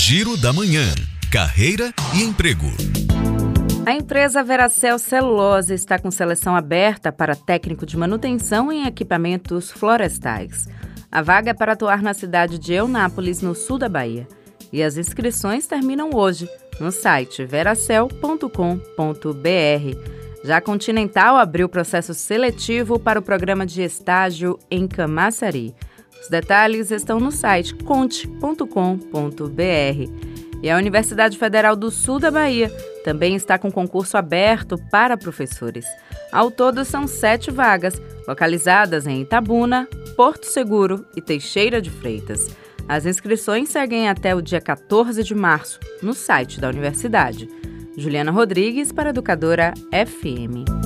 Giro da Manhã. Carreira e emprego. A empresa Veracel Celulose está com seleção aberta para técnico de manutenção em equipamentos florestais. A vaga é para atuar na cidade de Eunápolis, no sul da Bahia. E as inscrições terminam hoje no site veracel.com.br. Já a Continental abriu processo seletivo para o programa de estágio em Camaçari. Os detalhes estão no site conte.com.br. E a Universidade Federal do Sul da Bahia também está com concurso aberto para professores. Ao todo, são 7 vagas, localizadas em Itabuna, Porto Seguro e Teixeira de Freitas. As inscrições seguem até o dia 14 de março, no site da universidade. Juliana Rodrigues, para Educadora FM.